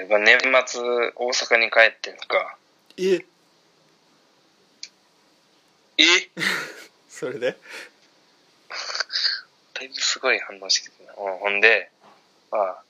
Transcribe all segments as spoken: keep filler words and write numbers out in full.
まあ、年末大阪に帰ってんのか。 ええそれでだいぶすごい反応してたな。うん、ほんで、まあ、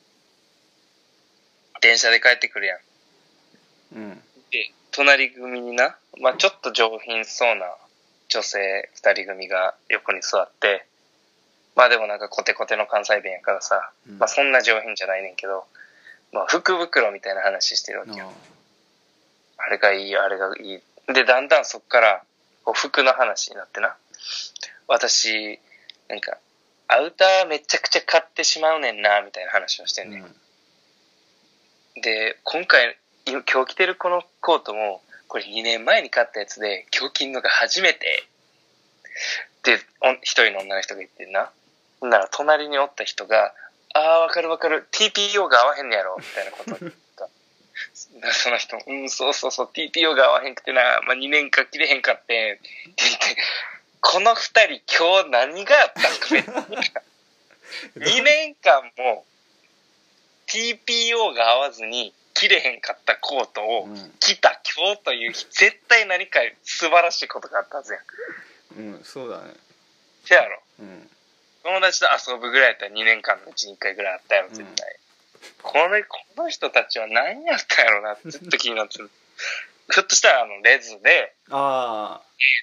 電車で帰ってくるやん。 うん。 で、隣組にな、まあちょっと上品そうな女性二人組が横に座って、まあでもなんかコテコテの関西弁やからさ、うん、まあそんな上品じゃないねんけど、まあ福袋みたいな話してるわけよ。あれがいい、あれがいい。で、だんだんそっからこう服の話になってな。私、なんか、アウターめちゃくちゃ買ってしまうねんな、みたいな話をしてんねん。うん、で、今回、今日着てるこのコートも、これにねんまえに買ったやつで、今日着んのが初めて。で、一人の女の人が言ってんな。なら、隣におった人が、あー、わかるわかる。ティーピーオー が合わへんねやろ。みたいなことを言った。その人も、うん、そうそうそう、ティーピーオー が合わへんくてな、まあ、にねんかん着れへんかってん。って言って、この二人今日何があったんかにねんかんも ティーピーオー が合わずに着れへんかったコートを着た今日という日、絶対何か素晴らしいことがあったはずやん。うん、そうだね。 せやろ。 うん。 友達と遊ぶぐらいやったらにねんかんのうちにいっかいぐらいあったやろ、絶対。うん、これ、この人たちは何やったんやろなってずっと気になってる。ひょっとしたらあのレズで、 ああ。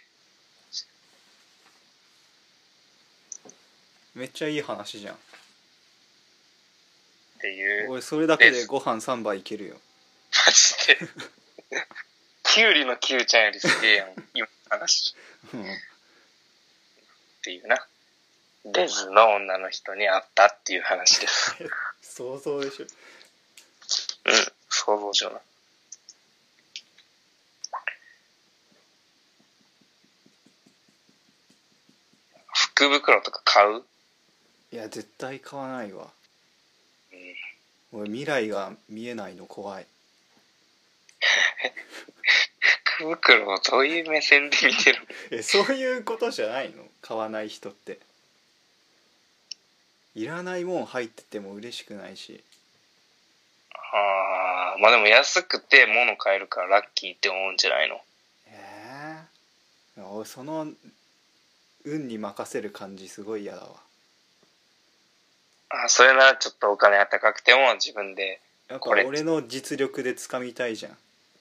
めっちゃいい話じゃん。 っていう。 俺それだけでご飯さんばいいけるよ。 マジで。キュウリのキュウちゃんよりすげえやん、今話。うん、っていうな。レズの女の人に会ったっていう話です。 想像でしょ。 うん、想像上な。福袋とか買う？ いや絶対買わないわ、うん、俺未来が見えないの怖い。 福袋をどういう目線で見てる？ えそういうことじゃないの？買わない人っていらないもん入ってても嬉しくないし。 ああ、まあでも安くて物買えるからラッキーって思うんじゃないの？ ええー、俺その運に任せる感じすごい嫌だわ。 あ、それならちょっとお金は高くても自分でやっぱ俺の実力で掴みたいじゃん。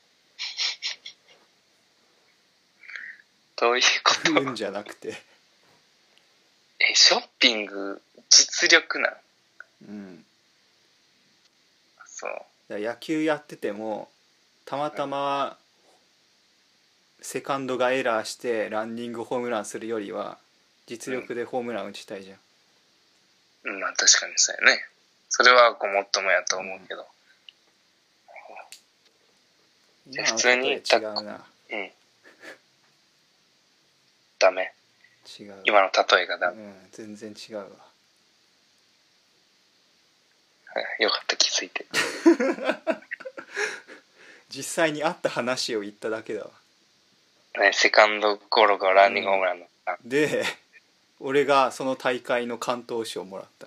どういうこと？ 運じゃなくてえ、ショッピング実力なん？ うん。 そう。 だ野球やっててもたまたまセカンドがエラーしてランニングホームランするよりは実力でホームラン打ちたいじゃん。 うん、まあ確かにそうやね。それはごもっともやと思うけど。 うん、じゃあ普通に違うな。うん。 ダメ。 違う。 今の例えがダメ。 うん、全然違うわ。 よかった気づいて。 実際にあった話を言っただけだわ。 ね、セカンドゴロがランニングホームランだった、 うん、で俺がその大会の関東賞をもらった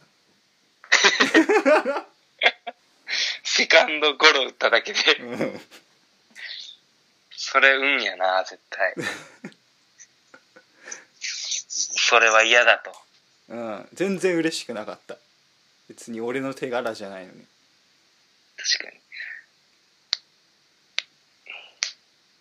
セカンドゴロ打っただけで、うん、それ運やな絶対。それは嫌だと。 うん、全然嬉しくなかった。別に俺の手柄じゃないのに。 確かに